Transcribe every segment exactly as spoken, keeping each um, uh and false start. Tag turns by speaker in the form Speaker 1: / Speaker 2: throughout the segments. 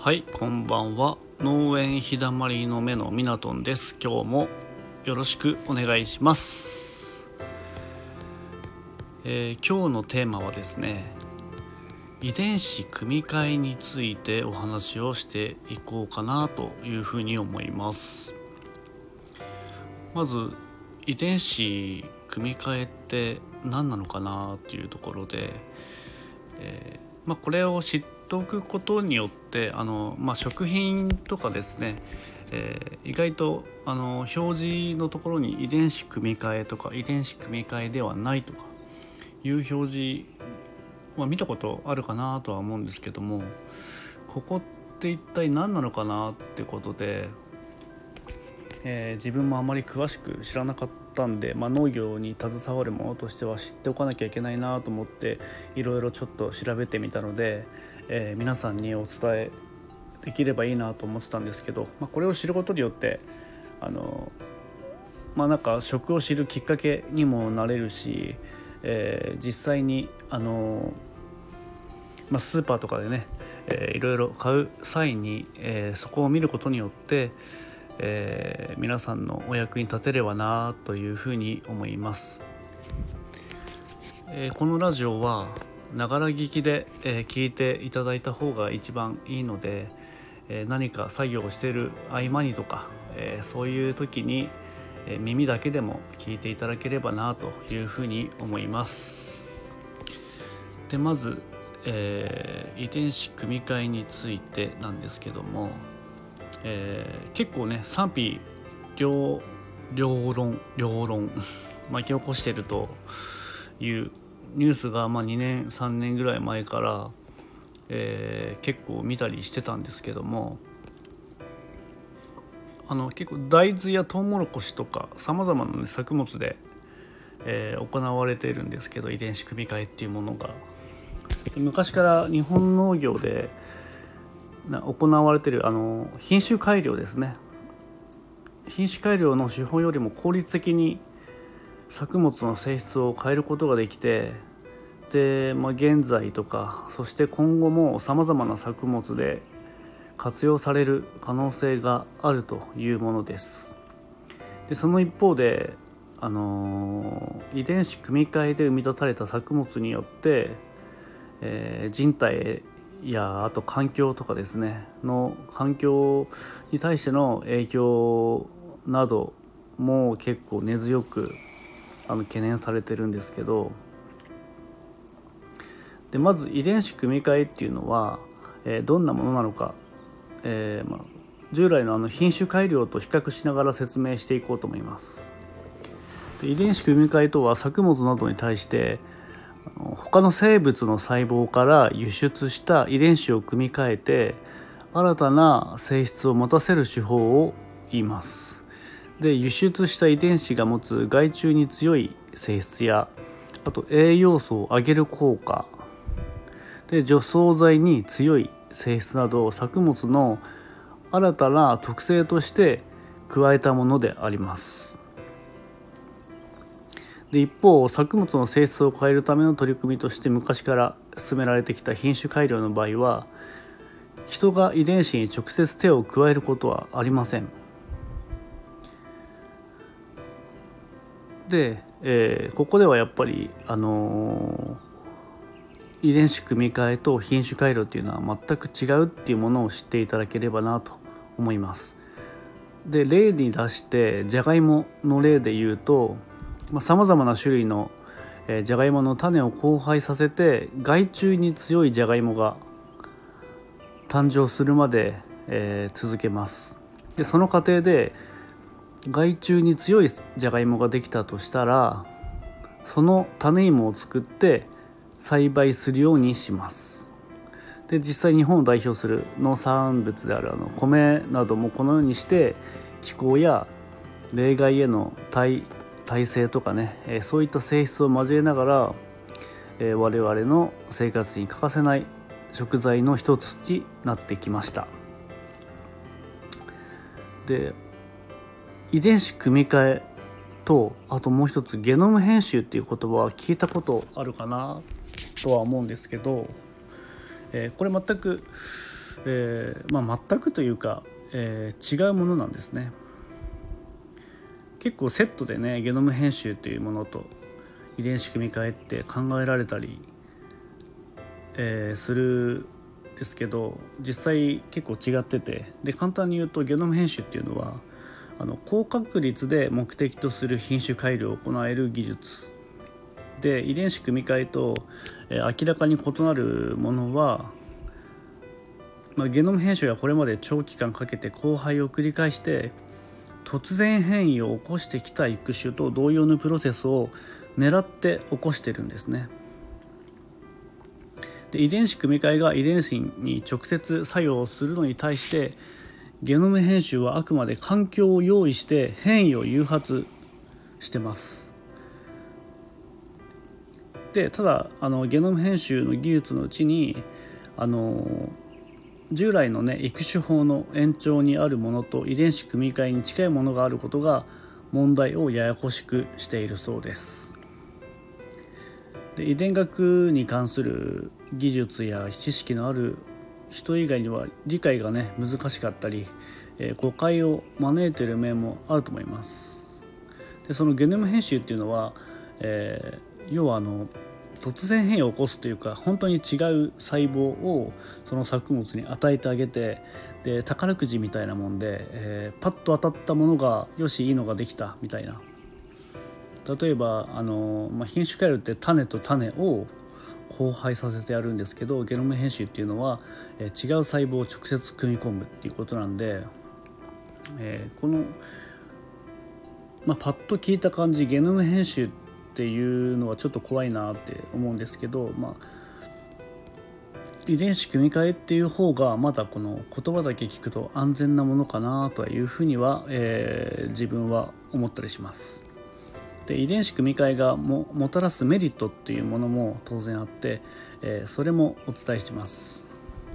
Speaker 1: はい、こんばんは。農園ひだまりの目のみなとんです。今日もよろしくお願いします。えー、今日のテーマはですね、遺伝子組み換えについてお話をしていこうかなというふうに思います。まず遺伝子組み換えって何なのかなというところで、えーまあ、これを知っておくことによってあの、まあ、食品とかですね、えー、意外とあの表示のところに遺伝子組み換えとか遺伝子組み換えではないとかいう表示は見たことあるかなとは思うんですけども、ここって一体何なのかなってことで、えー、自分もあまり詳しく知らなかったんで、まあ、農業に携わるものとしては知っておかなきゃいけないなと思っていろいろちょっと調べてみたので、えー、皆さんにお伝えできればいいなと思ってたんですけど、まあ、これを知ることによってあの、まあ、なんか食を知るきっかけにもなれるし、えー、実際にあの、まあ、スーパーとかでね、えー、いろいろ買う際に、えー、そこを見ることによってえー、皆さんのお役に立てればなというふうに思います。えー、このラジオはながら聞きで、えー、聞いていただいた方が一番いいので、えー、何か作業をしている合間にとか、えー、そういう時に、えー、耳だけでも聞いていただければなというふうに思います。でまず、えー、遺伝子組み換えについてなんですけども、えー、結構ね賛否両両論両論巻き起こしているというニュースが、まあ、にねんさんねんぐらい前から、えー、結構見たりしてたんですけども、あの結構大豆やトウモロコシとかさまざまな、ね、作物で、えー、行われているんですけど、遺伝子組み換えっていうものが昔から日本農業で行われているあの品種改良ですね。品種改良の手法よりも効率的に作物の性質を変えることができて、で、まあ、現在とかそして今後もさまざまな作物で活用される可能性があるというものです。でその一方で、あのー、遺伝子組み換えで生み出された作物によって、えー、人体やあと環境とかですねの環境に対しての影響なども結構根強くあの懸念されてるんですけど、でまず遺伝子組み換えっていうのは、えー、どんなものなのか、えーまあ、従来のあの品種改良と比較しながら説明していこうと思います。で遺伝子組み換えとは作物などに対して他の生物の細胞から輸出した遺伝子を組み換えて新たな性質を持たせる手法を言います。で輸出した遺伝子が持つ害虫に強い性質やあと栄養素を上げる効果で除草剤に強い性質など作物の新たな特性として加えたものであります。で一方作物の性質を変えるための取り組みとして昔から進められてきた品種改良の場合は人が遺伝子に直接手を加えることはありません。で、えー、ここではやっぱり、あのー、遺伝子組み換えと品種改良っていうのは全く違うっていうものを知っていただければなと思います。で例に出してじゃがいもの例で言うとさまざ、まな種類のじゃがいもの種を交配させて害虫に強いじゃがいもが誕生するまで、えー、続けます。でその過程で害虫に強いじゃがいもができたとしたらその種芋を作って栽培するようにします。で実際日本を代表する農産物であるあの米などもこのようにして気候や冷害への耐耐性とかね、えー、そういった性質を交えながら、えー、我々の生活に欠かせない食材の一つになってきました。で遺伝子組み換えとあともう一つゲノム編集っていう言葉は聞いたことあるかなとは思うんですけど、えー、これ全くえーまあ、全くというか、えー、違うものなんですね。結構セットでねゲノム編集というものと遺伝子組み換えって考えられたり、えー、するんですけど、実際結構違ってて、で簡単に言うとゲノム編集っていうのはあの高確率で目的とする品種改良を行える技術で、遺伝子組み換えと、えー、明らかに異なるものは、まあ、ゲノム編集がこれまで長期間かけて交配を繰り返して突然変異を起こしてきた育種と同様のプロセスを狙って起こしてるんですね。で遺伝子組み換えが遺伝子に直接作用するのに対してゲノム編集はあくまで環境を用意して変異を誘発してます。でただあのゲノム編集の技術のうちにあの従来のね育種法の延長にあるものと遺伝子組み換えに近いものがあることが問題をややこしくしているそうです。で遺伝学に関する技術や知識のある人以外には理解がね難しかったり、えー、誤解を招いている面もあると思います。でそのゲノム編集っていうのは、えー、要はあの突然変異を起こすというか本当に違う細胞をその作物に与えてあげて、で宝くじみたいなもんで、えー、パッと当たったものがよしいいのができたみたいな。例えばあの、まあ、品種改良って種と種を交配させてやるんですけど、ゲノム編集っていうのは、えー、違う細胞を直接組み込むっていうことなんで、えー、この、まあ、パッと聞いた感じゲノム編集っていうのはちょっと怖いなって思うんですけど、まあ、遺伝子組み換えっていう方がまだこの言葉だけ聞くと安全なものかなというふうには、えー、自分は思ったりします。で遺伝子組み換えが も, もたらすメリットっていうものも当然あって、えー、それもお伝えしてます。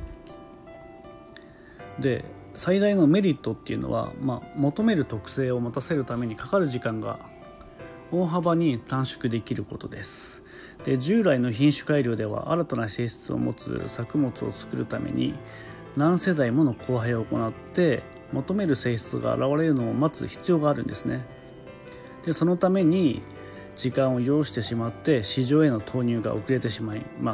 Speaker 1: で最大のメリットっていうのは、まあ、求める特性を持たせるためにかかる時間が大幅に短縮できることです。で従来の品種改良では新たな性質を持つ作物を作るために何世代もの交配を行って求める性質が現れるのを待つ必要があるんですね。でそのために時間を要してしまって市場への投入が遅れてしまいます。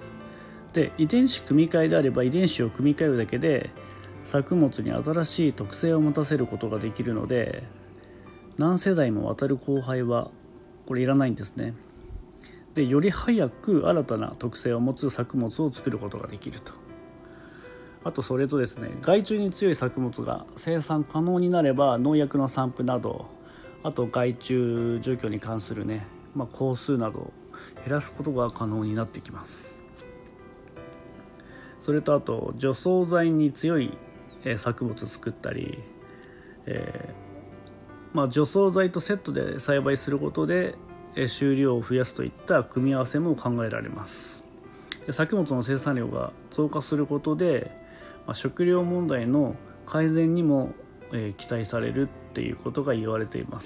Speaker 1: で遺伝子組み換えであれば遺伝子を組み換えるだけで作物に新しい特性を持たせることができるので何世代も渡る交配はこれいらないんですね。でより早く新たな特性を持つ作物を作ることができると。あとそれとですね、害虫に強い作物が生産可能になれば農薬の散布など、あと害虫除去に関するね、まあ、工数などを減らすことが可能になってきます。それとあと除草剤に強い作物を作ったり、えーまあ、除草剤とセットで栽培することで収量を増やすといった組み合わせも考えられます。で作物の生産量が増加することで、まあ、食料問題の改善にも、えー、期待されるっていうことが言われています。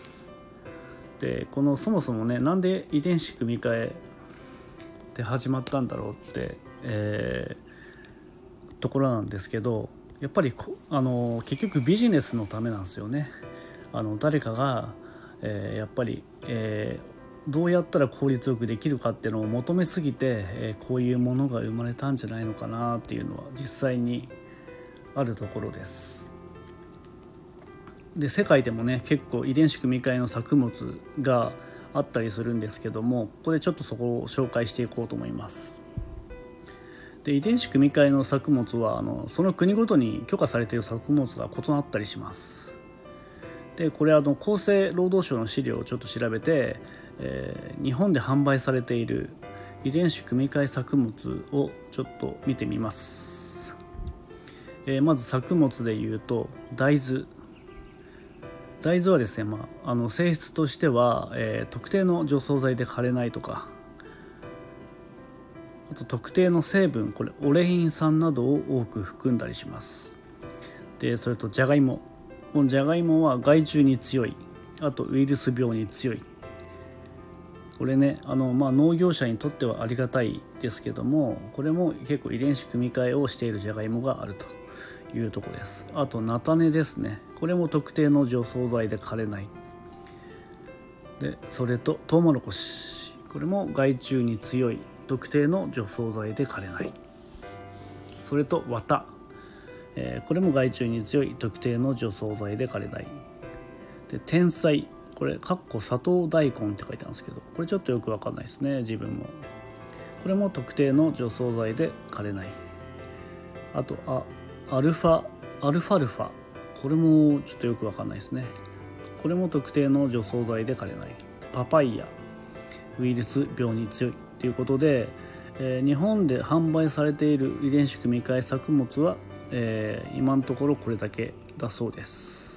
Speaker 1: でこのそもそもね、なんで遺伝子組み換えって始まったんだろうって、えー、ところなんですけど、やっぱりあの結局ビジネスのためなんですよね。あの誰かが、えー、やっぱり、えー、どうやったら効率よくできるかっていうのを求めすぎて、えー、こういうものが生まれたんじゃないのかなっていうのは実際にあるところです。で世界でもね結構遺伝子組み換えの作物があったりするんですけども、ここでちょっとそこを紹介していこうと思います。で遺伝子組み換えの作物はあのその国ごとに許可されている作物が異なったりします。でこれはあの厚生労働省の資料をちょっと調べて、えー、日本で販売されている遺伝子組み換え作物をちょっと見てみます。えー、まず作物でいうと大豆大豆はですね、まあ、あの性質としては、えー、特定の除草剤で枯れないとか、あと特定の成分、これオレイン酸などを多く含んだりします。でそれとジャガイモ、このジャガイモは害虫に強い、あとウイルス病に強い、 これねあの、まあ、農業者にとってはありがたいですけども、これも結構遺伝子組み換えをしているじゃがいもがあるというところです。あと菜種ですね、これも特定の除草剤で枯れない。でそれとトウモロコシ、これも害虫に強い特定の除草剤で枯れない。それと綿、えー、これも害虫に強い特定の除草剤で枯れない。で天才、これかっこ砂糖大根って書いてあるんですけど、これちょっとよく分かんないですね自分も。これも特定の除草剤で枯れない。あとあアルファアルファルファ、これもちょっとよく分かんないですね。これも特定の除草剤で枯れない。パパイヤ、ウイルス病に強いということで、えー、日本で販売されている遺伝子組み換え作物は、えー、今のところこれだけだそうです。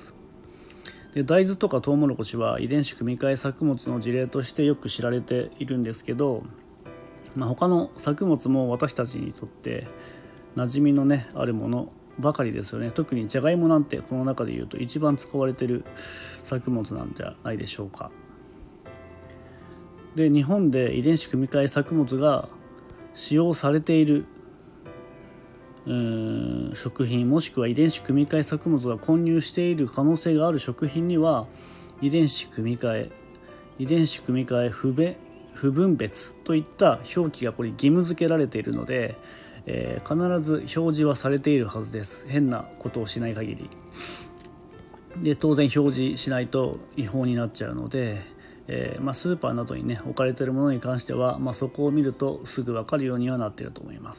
Speaker 1: で大豆とかトウモロコシは遺伝子組み換え作物の事例としてよく知られているんですけど、まあ、他の作物も私たちにとって馴染みのねあるものばかりですよね。特にじゃがいもなんてこの中でいうと一番使われている作物なんじゃないでしょうか。で日本で遺伝子組み換え作物が使用されているうーん食品、もしくは遺伝子組み換え作物が混入している可能性がある食品には、遺伝子組み換え、遺伝子組み換え不べ不分別といった表記がこれ義務付けられているので、えー、必ず表示はされているはずです。変なことをしない限りで、当然表示しないと違法になっちゃうので、えーまあ、スーパーなどにね置かれているものに関しては、まあ、そこを見るとすぐ分かるようにはなっていると思います。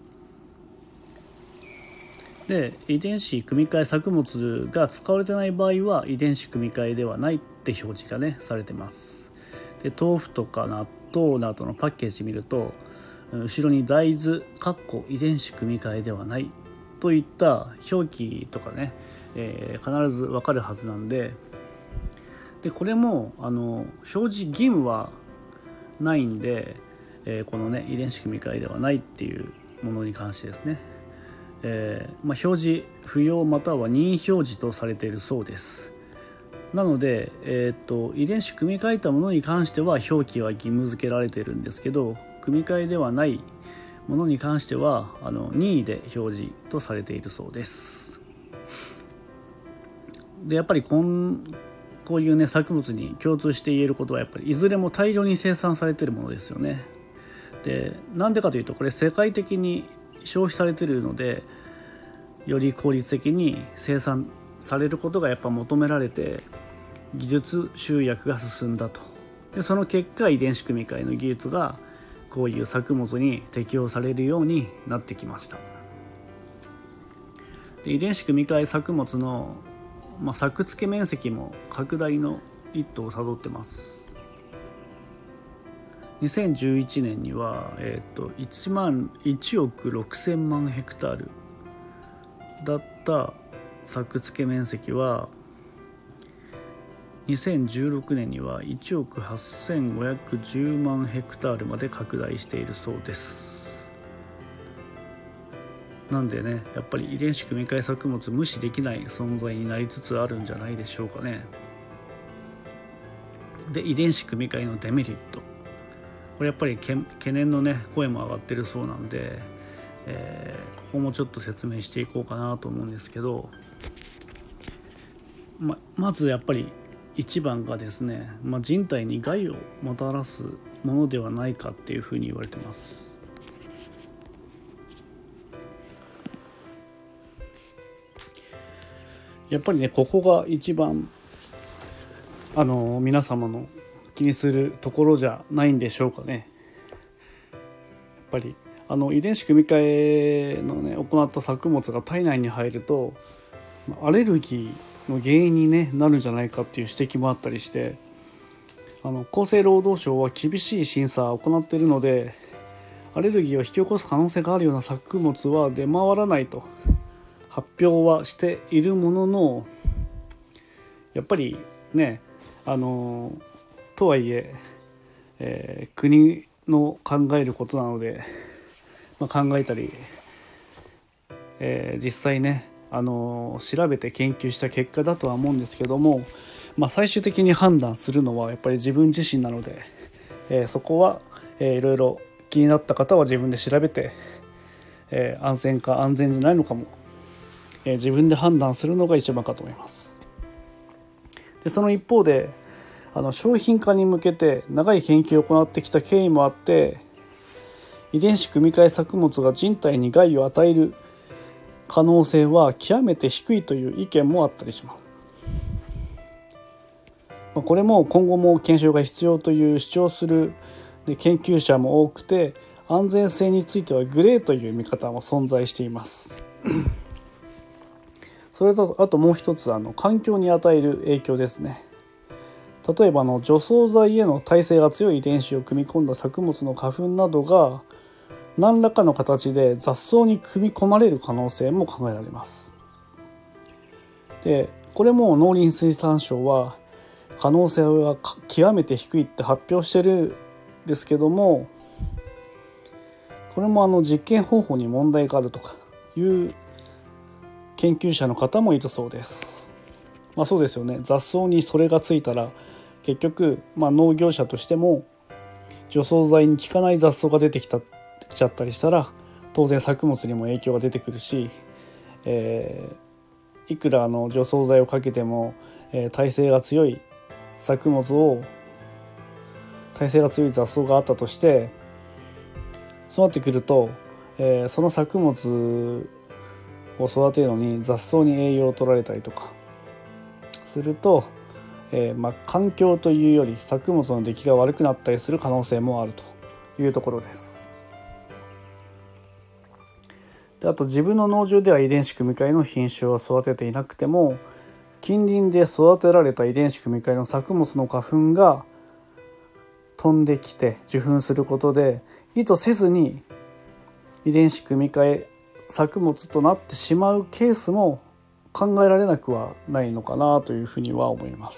Speaker 1: で遺伝子組み換え作物が使われてない場合は遺伝子組み換えではないって表示がねされてます。で豆腐とか納豆などのパッケージ見ると、後ろに大豆遺伝子組み換えではないといった表記とかね、えー、必ず分かるはずなんで、でこれもあの表示義務はないんで、えー、このね遺伝子組み換えではないっていうものに関してですね、えーまあ、表示不要または任意表示とされているそうです。なので、えー、と遺伝子組み換えたものに関しては表記は義務付けられているんですけど、組み換えではないものに関してはあの任意で表示とされているそうです。でやっぱりこんこういうね作物に共通して言えることは、やっぱりいずれも大量に生産されているものですよね。でなんでかというと、これ世界的に消費されているので、より効率的に生産されることがやっぱ求められて、技術集約が進んだと。でその結果遺伝子組み換えの技術がこういう作物に適用されるようになってきました。で遺伝子組み換え作物の、まあ、作付面積も拡大の一途をたどってます。にせんじゅういちねんには、えー、といちまんいちおくろくせんまんヘクタールだった作付面積は、にせんじゅうろくねんにはいちおくはっせんごひゃくじゅうまんヘクタールまで拡大しているそうです。なんでね、やっぱり遺伝子組み換え作物無視できない存在になりつつあるんじゃないでしょうかね。で遺伝子組み換えのデメリット、これやっぱり懸念のね声も上がってるそうなんで、えー、ここもちょっと説明していこうかなと思うんですけど、ま, まずやっぱり一番がですね、まあ、人体に害をもたらすものではないかっていうふうに言われてます。やっぱりねここが一番あの皆様の気にするところじゃないんでしょうかね。やっぱりあの遺伝子組み換えのね行った作物が体内に入るとアレルギーの原因に、ね、なるんじゃないかっていう指摘もあったりして、あの厚生労働省は厳しい審査を行っているので、アレルギーを引き起こす可能性があるような作物は出回らないと発表はしているものの、やっぱりねあのとはいええー、国の考えることなので、まあ、考えたり、えー、実際ねあの調べて研究した結果だとは思うんですけども、 まあ、最終的に判断するのはやっぱり自分自身なので、えー、そこは、えー、いろいろ気になった方は自分で調べて、えー、安全か安全じゃないのかも、えー、自分で判断するのが一番かと思います。でその一方であの商品化に向けて長い研究を行ってきた経緯もあって、遺伝子組み換え作物が人体に害を与える可能性は極めて低いという意見もあったりします。これも今後も検証が必要という主張する研究者も多くて、安全性についてはグレーという見方も存在していますそれとあともう一つ、あの環境に与える影響ですね。例えばの除草剤への耐性が強い遺伝子を組み込んだ作物の花粉などが何らかの形で雑草に組み込まれる可能性も考えられます。でこれも農林水産省は可能性は極めて低いって発表してるんですけども、これもあの実験方法に問題があるとかいう研究者の方もいるそうです。まあそうですよね。雑草にそれがついたら結局、まあ、農業者としても除草剤に効かない雑草が出てきたきちゃったりしたら当然作物にも影響が出てくるし、えー、いくらあの除草剤をかけても、えー、耐性が強い作物を耐性が強い雑草があったとして、そうなってくると、えー、その作物を育てるのに雑草に栄養を取られたりとかすると、えーまあ、環境というより作物の出来が悪くなったりする可能性もあるというところです。であと自分の農場では遺伝子組み換えの品種を育てていなくても、近隣で育てられた遺伝子組み換えの作物の花粉が飛んできて受粉することで意図せずに遺伝子組み換え作物となってしまうケースも考えられなくはないのかなというふうには思います。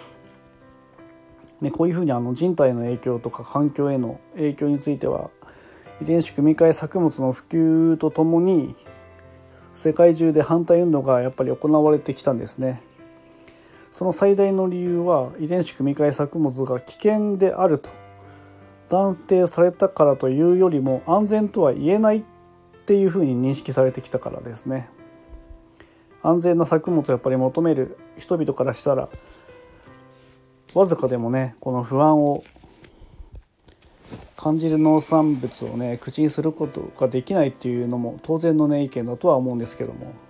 Speaker 1: でこういうふうにあの人体の影響とか環境への影響については遺伝子組み換え作物の普及とともに世界中で反対運動がやっぱり行われてきたんですね。その最大の理由は遺伝子組み換え作物が危険であると断定されたからというよりも、安全とは言えないっていうふうに認識されてきたからですね。安全な作物をやっぱり求める人々からしたら、わずかでもねこの不安を感じる農産物をね口にすることができないっていうのも当然のね意見だとは思うんですけども、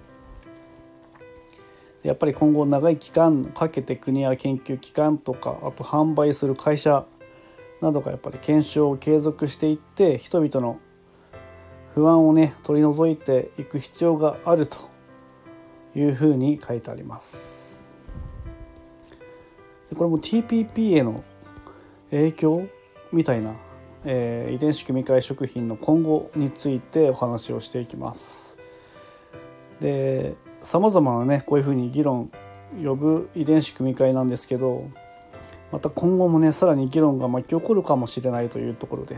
Speaker 1: やっぱり今後長い期間かけて国や研究機関とか、あと販売する会社などがやっぱり検証を継続していって、人々の不安をね取り除いていく必要があるというふうに書いてあります。でこれも ティーピーピー への影響みたいな、えー、遺伝子組み換え食品の今後についてお話をしていきます。でさまざまなねこういうふうに議論呼ぶ遺伝子組み換えなんですけど、また今後もねさらに議論が巻き起こるかもしれないというところです。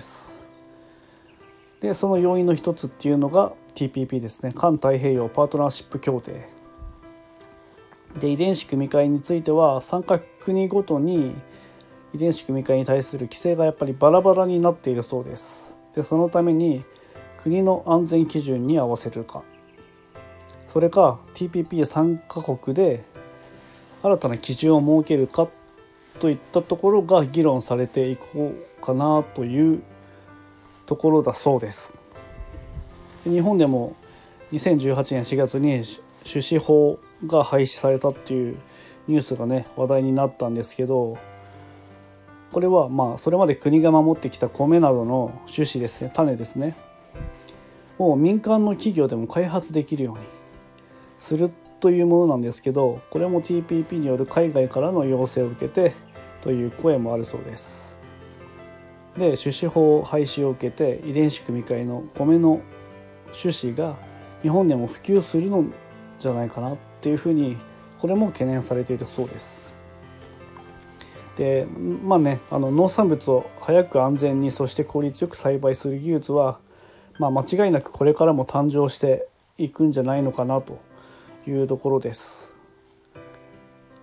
Speaker 1: でその要因の一つっていうのが ティーピーピー ですね。環太平洋パートナーシップ協定で、遺伝子組み換えについては参加国ごとに遺伝子組み換えに対する規制がやっぱりバラバラになっているそうです。でそのために国の安全基準に合わせるか、それか ティーピーピー 参加国で新たな基準を設けるかといったところが議論されていこうかなというところだそうです。日本でもにせんじゅうはちねんしがつに種子法が廃止されたっていうニュースがね話題になったんですけど、これはまあそれまで国が守ってきた米などの種子ですね、種ですねを民間の企業でも開発できるようにするというものなんですけど、これも ティーピーピー による海外からの要請を受けてという声もあるそうです。で種子法廃止を受けて遺伝子組み換えの米の種子が日本でも普及するのじゃないかなっていうふうにこれも懸念されているそうです。でまあねあの農産物を早く安全にそして効率よく栽培する技術は、まあ、間違いなくこれからも誕生していくんじゃないのかなというところです。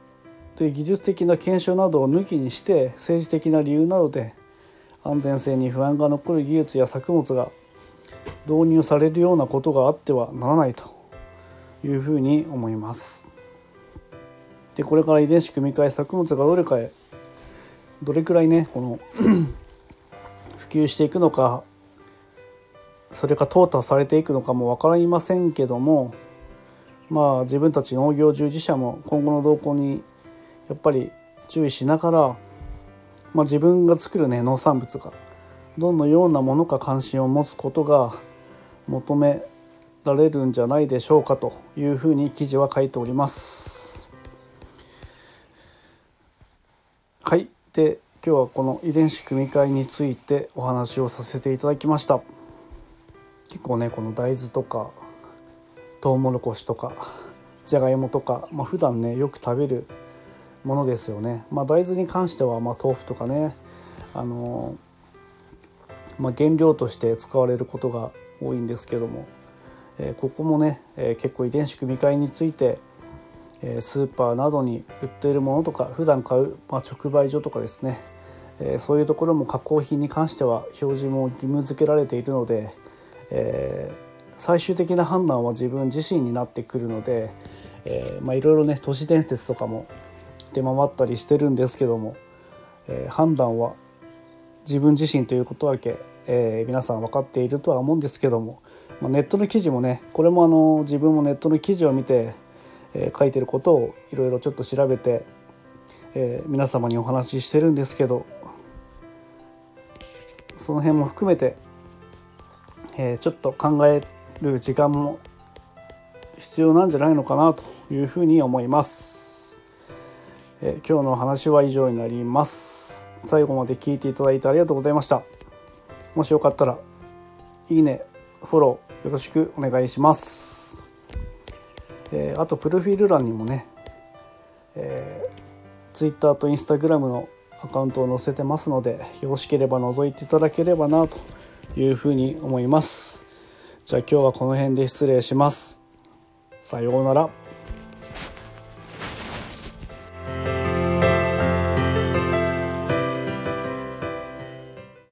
Speaker 1: で技術的な検証などを抜きにして政治的な理由などで安全性に不安が残る技術や作物が導入されるようなことがあってはならないというふうに思います。でこれから遺伝子組み換え作物がどれかへどれくらいねこの普及していくのか、それが淘汰されていくのかも分かりませんけども、まあ自分たち農業従事者も今後の動向にやっぱり注意しながら、まあ、自分が作るね農産物がどのようなものか関心を持つことが求められるんじゃないでしょうかというふうに記事は書いております。はい、で今日はこの遺伝子組み換えについてお話をさせていただきました。結構ねこの大豆とかトウモロコシとかじゃがいもとか、まあ、普段ねよく食べるものですよね。まあ、大豆に関しては、まあ、豆腐とかね、あのーまあ、原料として使われることが多いんですけども、えー、ここもね、えー、結構遺伝子組み換えについて、えー、スーパーなどに売っているものとか普段買う、まあ、直売所とかですね、えー、そういうところも加工品に関しては表示も義務付けられているので、えー、最終的な判断は自分自身になってくるので、えーまあ、いろいろね都市伝説とかも出回ったりしてるんですけども、えー、判断は自分自身ということだけ、えー、皆さん分かっているとは思うんですけども、まあ、ネットの記事もねこれもあの自分もネットの記事を見て、えー、書いてることをいろいろちょっと調べて、えー、皆様にお話ししてるんですけど、その辺も含めて、えー、ちょっと考える時間も必要なんじゃないのかなというふうに思います。えー、今日の話は以上になります。最後まで聞いていただいてありがとうございました。もしよかったらいいね、フォローよろしくお願いします。えー、あとプロフィール欄にもね、えー、Twitter と Instagram のアカウントを載せてますので、よろしければ覗いていただければなというふうに思います。じゃあ今日はこの辺で失礼します。さようなら。